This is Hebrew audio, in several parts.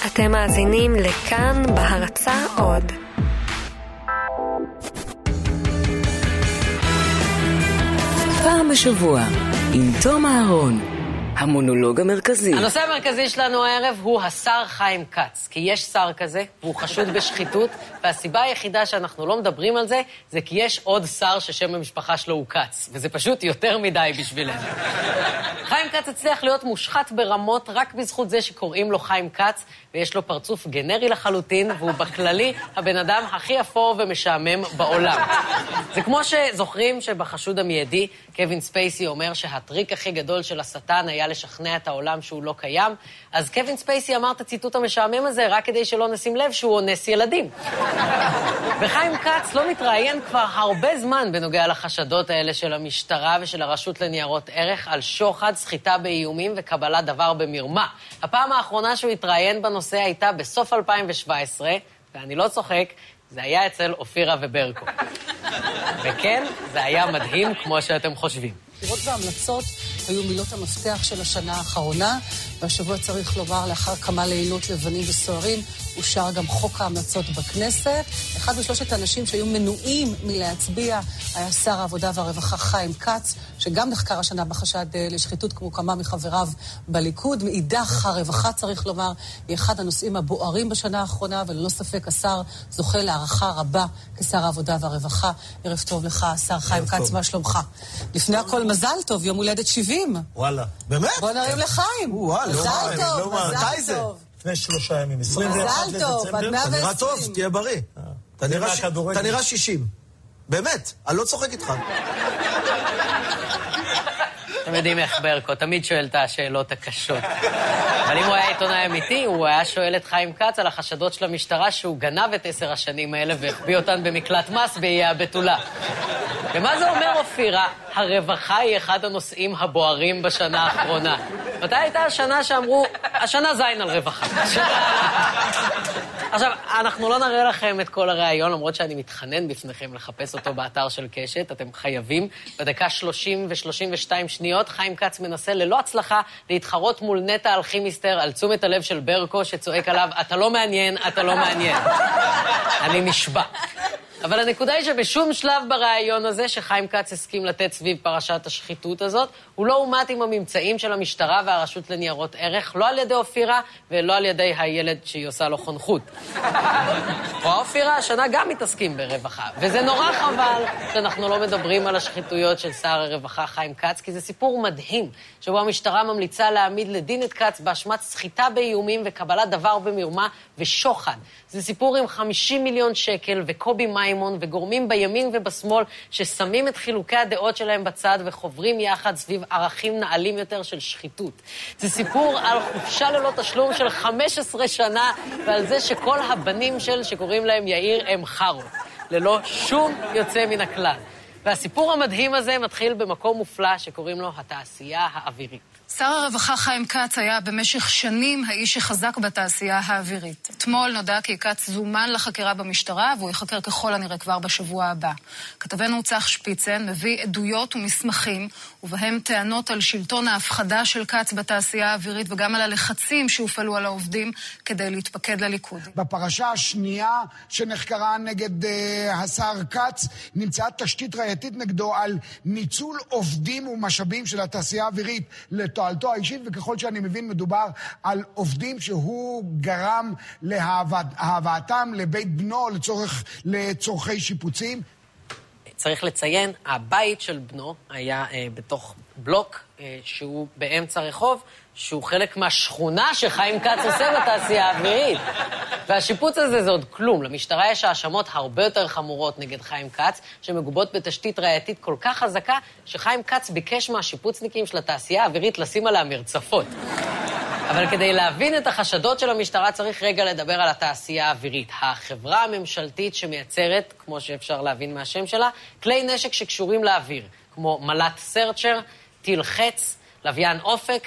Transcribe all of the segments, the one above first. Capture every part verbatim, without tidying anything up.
אתם מאזינים לכאן בהרצה עוד. פעם בשבוע עם תום אהרון, המונולוג המרכזי. הנושא המרכזי שלנו הערב הוא השר חיים כץ, כי יש שר כזה, והוא חשוד בשחיתות, והסיבה היחידה שאנחנו לא מדברים על זה, זה כי יש עוד שר ששם המשפחה שלו הוא כץ, וזה פשוט יותר מדי בשבילנו. חיים כץ הצליח להיות מושחת ברמות רק בזכות זה שקוראים לו חיים כץ, ויש לו פרצוף גנרי לחלוטין, והוא בכללי הבן אדם הכי אפור ומשעמם בעולם. זה כמו שזוכרים שבחשוד המיידי, קווין ספייסי אומר שהטריק הכי גדול של השטן היה לשכנע את העולם שהוא לא קיים, אז קווין ספייסי אמר את הציטוט המשעמם הזה רק כדי שלא נשים לב שהוא אונס ילדים. וחיים כץ לא מתראיין כבר הרבה זמן בנוגע לחשדות האלה של המשטרה ושל הרשות לניירות ערך על שוחד, סחיטה באיומים וקבלת דבר במרמה. הפעם האחרונה שהוא התראיין בנושא הייתה בסוף אלפיים שבע עשרה, ואני לא צוחק, זה היה אצל אופירה וברקו. וכן, זה היה מדהים כמו שאתם חושבים. בחירות והמלצות היו מילות המפתח של השנה האחרונה, והשבוע צריך לומר, לאחר כמה לילות לבנים וסוערים, אושר גם חוק ההמלצות בכנסת. אחד משלושת האנשים שהיו מנועים מלהצביע היה שר העבודה והרווחה חיים כץ, שגם נחקר השנה בחשד לשחיתות כמו כמה מחבריו בליכוד. מאידך הרווחה, צריך לומר, היא אחד הנושאים הבוערים בשנה האחרונה, וללא ספק השר זוכה להערכה רבה כשר העבודה והרווחה. ערב טוב לך, שר חיים כץ, מה שלומך? לפני הכל מזל טוב, יום הולדת שבעים. וואלה, באמת? בוא נרים לחיים. וואלה, מזל טוב, מזל טוב. לפני שלושה ימים, עשרים ואחד מזל טוב, עד מאה ועשרים. אתה נראה טוב, תהיה בריא. אתה נראה שישים. באמת, אני לא צוחק איתך. אתם יודעים איך ברקו, תמיד שואל את השאלות הקשות. אבל אם הוא היה עיתונאי אמיתי, הוא היה שואל את חיים כץ על החשדות של המשטרה שהוא גנב את עשר השנים האלה והחביא אותן במקלט מס באיי הבתולה. ומה זה אומר, אופירה? הרווחה היא אחד הנושאים הבוערים בשנה האחרונה. מתי הייתה השנה שאמרו, השנה זין על רווחה? עכשיו, אנחנו לא נראה לכם את כל הראיון, למרות שאני מתחנן בפניכם לחפש אותו באתר של קשת, אתם חייבים. בדקה שלושים ו-שלושים ושתיים שניות, חיים כץ מנסה ללא הצלחה להתחרות מול נטע אלכימיסטר על תשומת הלב של ברקו שצועק עליו, אתה לא מעניין, אתה לא מעניין. אני נשבע. אבל הנקודה היא שבשום שלב בראיון הזה שחיים כץ הסכים לתת סביב פרשת השחיתות הזאת, הוא לא עומת עם הממצאים של המשטרה והרשות לניירות ערך, לא על ידי אופירה ולא על ידי הילד שהיא עושה לו חונכות. או אופירה השנה גם מתעסקים ברווחה, וזה נורא חבל שאנחנו לא מדברים על השחיתויות של שר הרווחה חיים כץ, כי זה סיפור מדהים, שבו המשטרה ממליצה להעמיד לדין את כץ באשמת סחיטה באיומים וקבלת דבר במרמה ושוחד. זה סיפור עם חמישים מיליון שקל וקובי מימון וגורמים בימין ובשמאל ששמים את חילוקי הדעות שלהם בצד וחוברים יחד סביב ערכים נעלים יותר של שחיתות. זה סיפור על חופשה ללא תשלום של חמש עשרה שנה ועל זה שכל הבנים של שקוראים להם יאיר הם חרות, ללא שום יוצא מן הכלל. והסיפור המדהים הזה מתחיל במקום מופלא שקוראים לו התעשייה האווירית. שר הרווחה חיים כץ היה במשך שנים האיש שחזק בתעשייה האווירית. אתמול נודע כי כץ זומן לחקירה במשטרה, והוא יחקר ככל הנראה כבר בשבוע הבא. כתבנו צח שפיצן מביא עדויות ומסמכים, ובהם טענות על שלטון ההפחדה של כץ בתעשייה האווירית, וגם על הלחצים שהופעלו על העובדים כדי להתפקד לליכוד. בפרשה השנייה שנחקרה נגד uh, השר כץ, נמצאה תשתית ראייתית נגדו על ניצול עובדים ומשאבים של התעשייה האווירית לתועלתו האישית, וככל שאני מבין מדובר על עובדים שהוא גרם להבאתם לבית בנו לצורך, לצורכי שיפוצים. צריך לציין, הבית של בנו היה אה, בתוך בלוק אה, שהוא באמצע רחוב, שהוא חלק מהשכונה שחיים כץ עושה בתעשייה האווירית. והשיפוץ הזה זה עוד כלום. למשטרה יש האשמות הרבה יותר חמורות נגד חיים כץ, שמגובות בתשתית ראייתית כל כך חזקה, שחיים כץ ביקש מהשיפוצניקים של התעשייה האווירית לשים עליה מרצפות. אבל כדי להבין את החשדות של המשטרה צריך רגע לדבר על התעשייה האווירית. החברה הממשלתית שמייצרת, כמו שאפשר להבין מהשם שלה, כלי נשק שקשורים לאוויר, כמו מל"ט סרצ'ר, טיל חץ, לוויין אופק,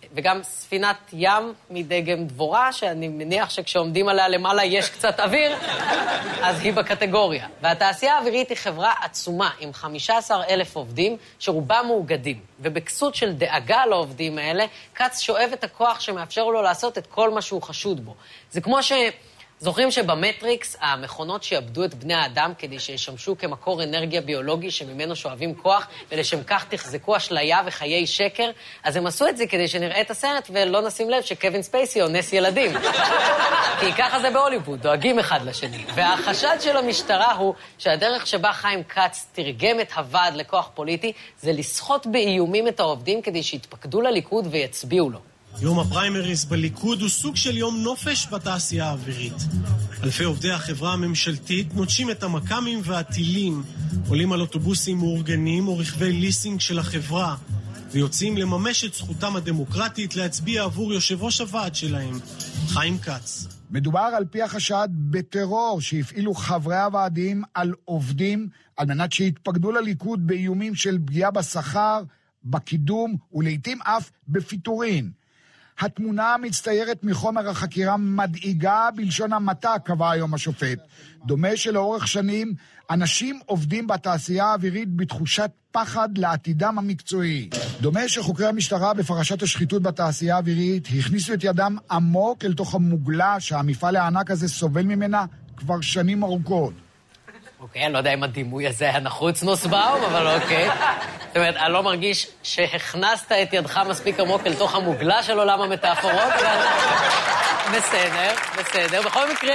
וגם ספינת ים מדגם דבורה, שאני מניח שכשעומדים עליה למעלה יש קצת אוויר, אז היא בקטגוריה. והתעשייה האווירית היא חברה עצומה, עם חמישה עשר אלף עובדים, שרובם מאוגדים. ובכסות של דאגה לעובדים האלה, קץ שואב את הכוח שמאפשר לו לעשות את כל מה שהוא חשוד בו. זה כמו ש... זוכרים שבמטריקס המכונות שיעבדו את בני האדם כדי שישמשו כמקור אנרגיה ביולוגי שממנו שואבים כוח, ולשם כך תחזקו אשליה וחיי שקר? אז הם עשו את זה כדי שנראה את הסרט ולא נשים לב שקווין ספייסי אונס ילדים. כי ככה זה בהוליווד, דואגים אחד לשני. והחשד של המשטרה הוא שהדרך שבה חיים כץ תרגם את הוועד לכוח פוליטי זה לסחוט באיומים את העובדים כדי שיתפקדו לליכוד ויצביעו לו. יום הפריימריז בליכוד הוא סוג של יום נופש בתעשייה האווירית. אלפי עובדי החברה הממשלתית נוטשים את המקמים והטילים, עולים על אוטובוסים מאורגנים או רכבי ליסינג של החברה, ויוצאים לממש את זכותם הדמוקרטית להצביע עבור יושב ראש הוועד שלהם, חיים כץ. מדובר על פי החשד בטרור שהפעילו חברי הוועדים על עובדים, על מנת שיתפקדו לליכוד באיומים של פגיעה בשכר, בקידום ולעיתים אף בפיטורין. התמונה מצטיירת מחומר החקירה מדאיגה בלשון המעטה, קבע היום השופט. דומה שלאורך שנים אנשים עובדים בתעשייה האווירית בתחושת פחד לעתידם המקצועי. דומה שחוקרי המשטרה בפרשת השחיתות בתעשייה האווירית הכניסו את ידם עמוק אל תוך המוגלה שהמפעל הענק הזה סובל ממנה כבר שנים ארוכות. אוקיי, אני לא יודע אם הדימוי הזה היה נחוץ נוסבאום, אבל אוקיי. זאת אומרת, אני לא מרגיש שהכנסת את ידך מספיק עמוק אל תוך המוגלה של עולם המטאפורות, אבל... בסדר, בסדר. בכל מקרה,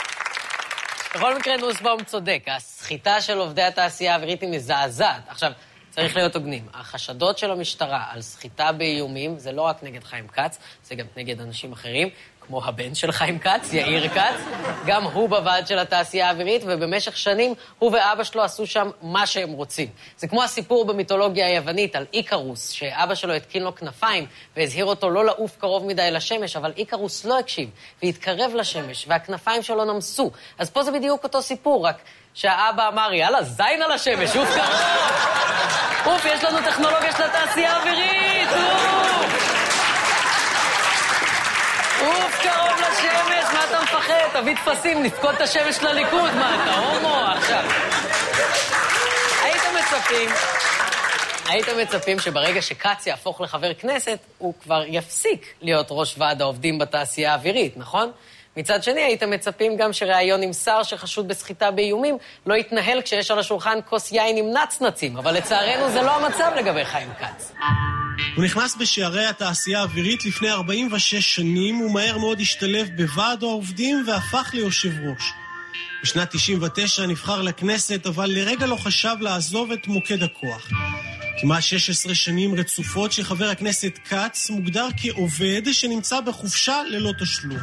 בכל מקרה נוסבאום צודק. הסחיטה של עובדי התעשייה האווירית היא מזעזעת. עכשיו, צריך להיות הוגנים. החשדות של המשטרה על סחיטה באיומים זה לא רק נגד חיים כץ, זה גם נגד אנשים אחרים, כמו הבן של חיים כץ, יאיר כץ, גם הוא בוועד של התעשייה האווירית, ובמשך שנים הוא ואבא שלו עשו שם מה שהם רוצים. זה כמו הסיפור במיתולוגיה היוונית על איקרוס, שאבא שלו התקין לו כנפיים, והזהיר אותו לא לעוף קרוב מדי לשמש, אבל איקרוס לא הקשיב, והתקרב לשמש, והכנפיים שלו נמסו. אז פה זה בדיוק אותו סיפור, רק שהאבא אמר, יאללה, זין על השמש, אוף קרוב! אוף, יש לנו טכנולוגיה של התעשייה האווירית, אוף! אוף, קרוב לשמש, מה אתה מפחד? תביא תפסים, נפקוד את השמש לליכוד, מה אתה הומו עכשיו? הייתם מצפים, הייתם מצפים שברגע שקץ יהפוך לחבר כנסת, הוא כבר יפסיק להיות ראש ועד העובדים בתעשייה האווירית, נכון? מצד שני, הייתם מצפים גם שראיון עם שר שחשוד בסחיטה באיומים לא יתנהל כשיש על השולחן כוס יין עם נצנצים, אבל לצערנו זה לא המצב לגבי חיים כץ. הוא נכנס בשערי התעשייה האווירית לפני ארבעים ושש שנים, ומהר מאוד השתלב בוועד העובדים והפך ליושב ראש. בשנת תשעים ותשע נבחר לכנסת, אבל לרגע לא חשב לעזוב את מוקד הכוח. כמעט שש עשרה שנים רצופות שחבר הכנסת כץ מוגדר כעובד שנמצא בחופשה ללא תשלום.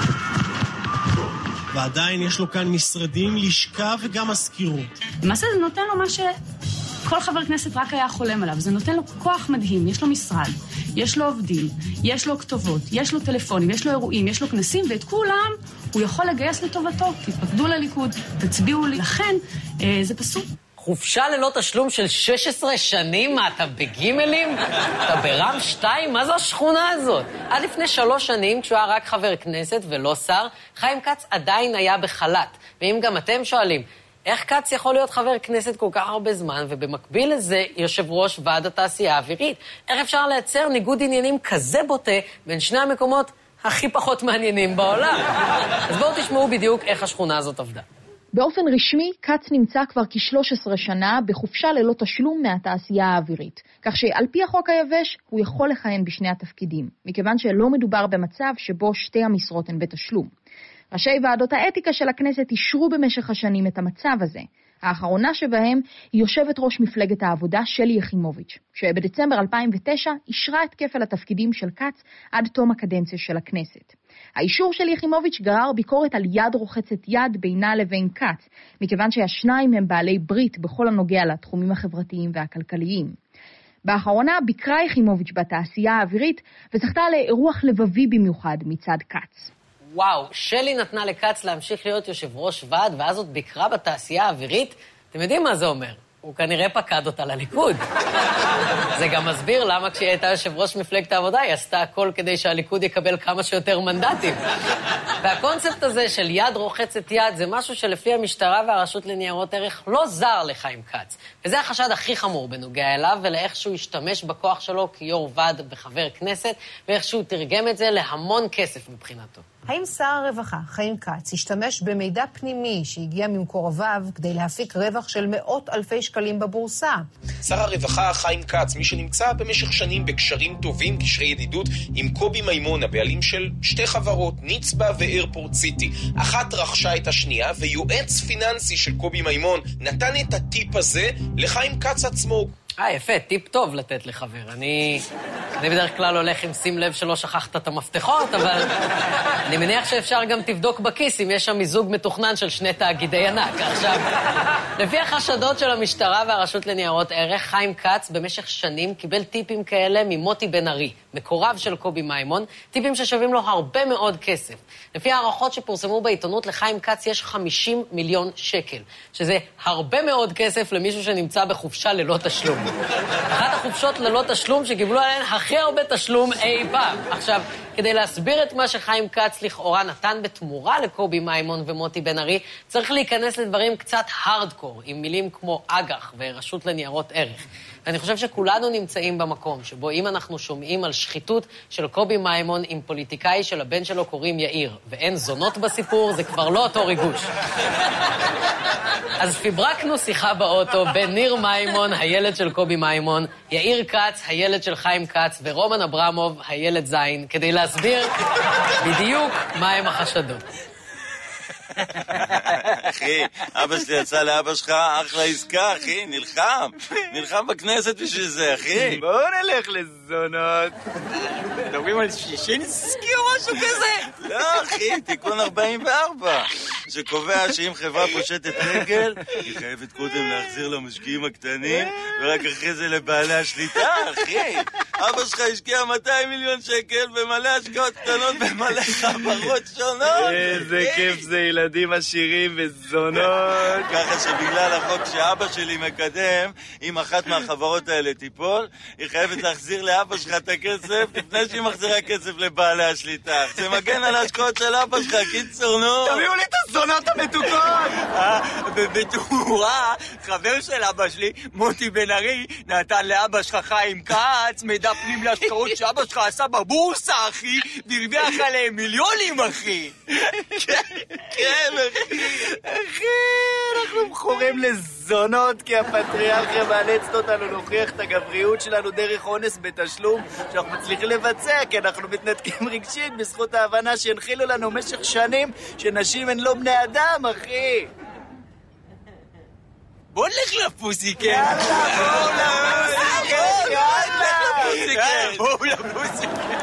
ועדיין יש לו כאן משרדים, לשכה וגם מזכירות. למעשה זה נותן לו מה שכל חבר כנסת רק היה חולם עליו. זה נותן לו כוח מדהים, יש לו משרד, יש לו עובדים, יש לו כתובות, יש לו טלפונים, יש לו אירועים, יש לו כנסים, ואת כולם הוא יכול לגייס לטובתו. תתפקדו לליכוד, תצביעו לי. לכן זה פשוט. חופשה ללא תשלום של שש עשרה שנים? מה, אתה בגימלים? אתה ברם שתיים? מה זו השכונה הזאת? עד לפני שלוש שנים, כשהוא היה רק חבר כנסת ולא שר, חיים כץ עדיין היה בחל"ת. ואם גם אתם שואלים, איך כץ יכול להיות חבר כנסת כל כך הרבה זמן, ובמקביל לזה יושב ראש ועד התעשייה האווירית? איך אפשר לייצר ניגוד עניינים כזה בוטה בין שני המקומות הכי פחות מעניינים בעולם? אז בואו תשמעו בדיוק איך השכונה הזאת עבדה. באופן רשמי, כץ נמצא כבר כ-שלוש עשרה שנה בחופשה ללא תשלום מהתעשייה האווירית, כך שעל פי החוק היבש הוא יכול לכהן בשני התפקידים, מכיוון שלא מדובר במצב שבו שתי המשרות הן בתשלום. ראשי ועדות האתיקה של הכנסת אישרו במשך השנים את המצב הזה. האחרונה שבהם היא יושבת ראש מפלגת העבודה שלי יחימוביץ', שבדצמבר אלפיים ותשע אישרה את כפל התפקידים של כץ עד תום הקדנציה של הכנסת. האישור של יחימוביץ' גרר ביקורת על יד רוחצת יד בינה לבין כץ, מכיוון שהשניים הם בעלי ברית בכל הנוגע לתחומים החברתיים והכלכליים. באחרונה ביקרה יחימוביץ' בתעשייה האווירית וזכתה לאירוח לבבי במיוחד מצד כץ. וואו, שלי נתנה לכץ להמשיך להיות יושב ראש ועד, ואז עוד ביקרה בתעשייה האווירית. אתם יודעים מה זה אומר? הוא כנראה פקד אותה לליכוד. זה גם מסביר למה כשהיא הייתה יושב ראש מפלגת העבודה, היא עשתה הכל כדי שהליכוד יקבל כמה שיותר מנדטים. והקונספט הזה של יד רוחצת יד, זה משהו שלפי המשטרה והרשות לניירות ערך לא זר לחיים כץ. וזה החשד הכי חמור בנוגע אליו, ולאיך שהוא השתמש בכוח שלו כיו"ר ועד וחבר כנסת, ואיך שהוא תרגם את זה להמון כסף מבחינתו. האם שר הרווחה, חיים כץ, השתמש במידע פנימי שהגיע ממקורביו כדי להפיק רווח של מאות אלפי שקלים בבורסה? שר הרווחה, חיים כץ, מי שנמצא במשך שנים בקשרים טובים, קשרי ידידות, עם קובי מימון, הבעלים של שתי חברות, ניצבה ואיירפורט סיטי. אחת רכשה את השנייה, ויועץ פיננסי של קובי מימון נתן את הטיפ הזה לחיים כץ עצמו. אה, יפה, טיפ טוב לתת לחבר. אני, אני בדרך כלל הולך עם שים לב שלא שכחת את המפתחות, אבל אני מניח שאפשר גם תבדוק בכיס אם יש שם מיזוג מתוכנן של שני תאגידי ענק. עכשיו, לפי החשדות של המשטרה והרשות לניירות ערך, חיים כץ במשך שנים קיבל טיפים כאלה ממוטי בן ארי, מקורב של קובי מימון, טיפים ששווים לו הרבה מאוד כסף. לפי הערכות שפורסמו בעיתונות, לחיים כץ יש חמישים מיליון שקל, שזה הרבה מאוד כסף למישהו שנמצא בחופשה ללא תשלום. אחת החופשות ללא תשלום שקיבלו עליהן הכי הרבה תשלום אי פעם. עכשיו, כדי להסביר את מה שחיים כץ לכאורה נתן בתמורה לקובי מימון ומוטי בן ארי, צריך להיכנס לדברים קצת הארדקור, עם מילים כמו אג"ח ורשות לניירות ערך. ואני חושב שכולנו נמצאים במקום שבו אם אנחנו שומעים על שחיתות של קובי מימון עם פוליטיקאי של הבן שלו קוראים יאיר, ואין זונות בסיפור, זה כבר לא אותו ריגוש. אז פיברקנו שיחה באוטו בין ניר מימון, הילד של קובי מימון, יאיר כץ, הילד של חיים כץ, ורומן אברמוב, הילד זין, כדי להסביר בדיוק מהם החשדות. אחי, אבא שלי יצא לאבא שלך, אחלה עסקה, אחי, נלחם. נלחם בכנסת בשביל זה, אחי. בואו נלך לזונות. מדברים על שישינסקי או משהו כזה? לא, אחי, תיקון ארבעים וארבע, שקובע שאם חברה פושטת רגל, היא חייבת קודם להחזיר למשקיעים הקטנים, ורק אחרי זה לבעלי השליטה, אחי. אבא שלך השקיע מאתיים מיליון שקל במלא השקעות קטנות במלא חברות שונות. איזה כיף זה ילדים עשירים וזונות. ככה שבגלל החוק שאבא שלי מקדם, אם אחת מהחברות האלה תיפול, היא חייבת להחזיר לאבא שלך את הכסף לפני שהיא מחזירה כסף לבעלי השליטה. זה מגן על ההשקעות של אבא שלך, קיצור, נו. תביאו לי את הזונות המתוקות! ובתמורה, חבר של אבא שלי, מוטי בן ארי, נתן לאבא שלך חיים כץ, מידע פנים להשקעות שאבא שלך עשה בבורסה, אחי, והרוויח עליהם מיליונים, אחי. כן, אחי. אחי, אנחנו מכורים לזונות, כי הפטריארכיה מאלצת אותנו להוכיח את הגבריות שלנו דרך אונס בתשלום, שאנחנו מצליחים לבצע, כי אנחנו מתנתקים רגשית בזכות ההבנה שהנחילו לנו במשך שנים שנשים הן לא בני אדם, אחי. בוא נלך לפוסיקר. יאללה, בואו לפוסיקר. בואו לפוסיקר.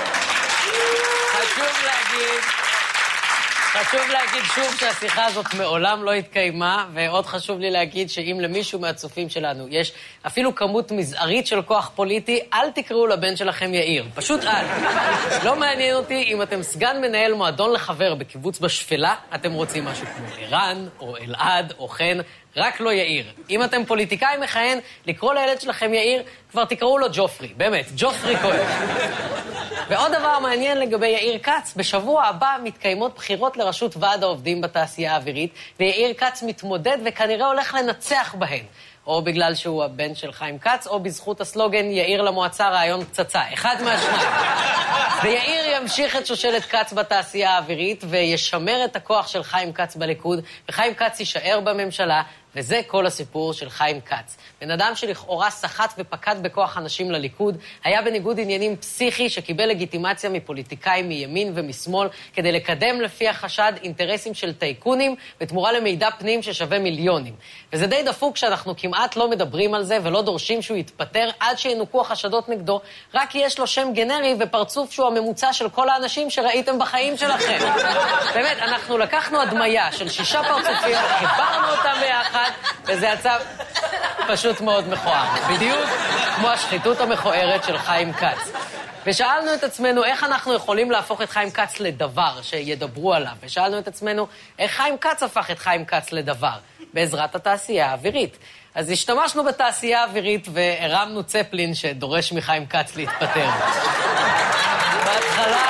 חשוב להגיד... חשוב להגיד שוב שהשיחה הזאת מעולם לא התקיימה, ועוד חשוב לי להגיד שאם למישהו מהצופים שלנו יש אפילו כמות מזערית של כוח פוליטי, אל תקראו לבן שלכם יאיר. פשוט אל. לא מעניין אותי אם אתם סגן מנהל מועדון לחבר בקיבוץ בשפלה, אתם רוצים משהו כמו ערן, או אלעד, או חן, רק לא יאיר. אם אתם פוליטיקאי מכהן, לקרוא לילד שלכם יאיר, כבר תקראו לו ג'ופרי. באמת, ג'ופרי כהן. ועוד דבר מעניין לגבי יאיר כץ, בשבוע הבא מתקיימות בחירות לראשות ועד העובדים בתעשייה האווירית, ויאיר כץ מתמודד וכנראה הולך לנצח בהן. או בגלל שהוא הבן של חיים כץ, או בזכות הסלוגן יאיר למועצה רעיון פצצה. אחד מהשניים. ויאיר ימשיך את שושלת כץ בתעשייה האווירית, וישמר את הכוח של חיים כץ בליכוד, וחיים כץ יישאר בממשלה, וזה כל הסיפור של חיים כץ. בן אדם שלכאורה סחט ופקד בכוח אנשים לליכוד, היה בניגוד עניינים פסיכי שקיבל לגיטימציה מפוליטיקאים מימין ומשמאל, כדי לקדם לפי החשד אינטרסים של טייקונים, בתמורה למידע פנים ששווה מיליונים. וזה די דפוק שאנחנו כמעט לא מדברים על זה, ולא דורשים שהוא יתפטר עד שינוקו החשדות נגדו, רק כי יש לו שם גנרי ופרצוף שהוא הממוצע של כל האנשים שראיתם בחיים שלכם. באמת, אנחנו לקחנו הדמיה של שישה פרצופים, חיברנו אותם ביחד, וזה יצא פשוט מאוד מכוער. בדיוק כמו השחיתות המכוערת של חיים כץ. ושאלנו את עצמנו איך אנחנו יכולים להפוך את חיים כץ לדבר שידברו עליו. ושאלנו את עצמנו איך חיים כץ הפך את חיים כץ לדבר. בעזרת התעשייה האווירית. אז השתמשנו בתעשייה האווירית והרמנו צפלין שדורש מחיים כץ להתפטר. בהתחלה...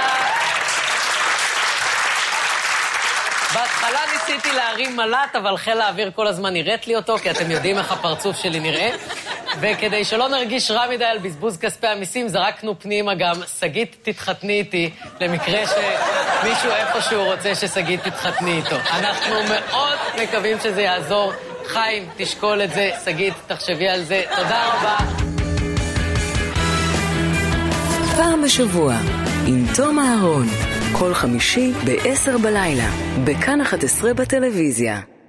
בהתחלה ניסיתי להרים מלט, אבל חיל האוויר כל הזמן נראית לי אותו, כי אתם יודעים איך הפרצוף שלי נראה. וכדי שלא נרגיש רע מדי על בזבוז כספי המיסים, זרקנו פנימה גם, סגית תתחתני איתי, למקרה שמישהו איפשהו רוצה שסגית תתחתני איתו. אנחנו מאוד מקווים שזה יעזור. חיים, תשקול את זה. סגית, תחשבי על זה. תודה רבה. פעם בשבוע, עם תום אהרון. כל חמישי בעשר בלילה, בכאן אחת עשרה בטלוויזיה.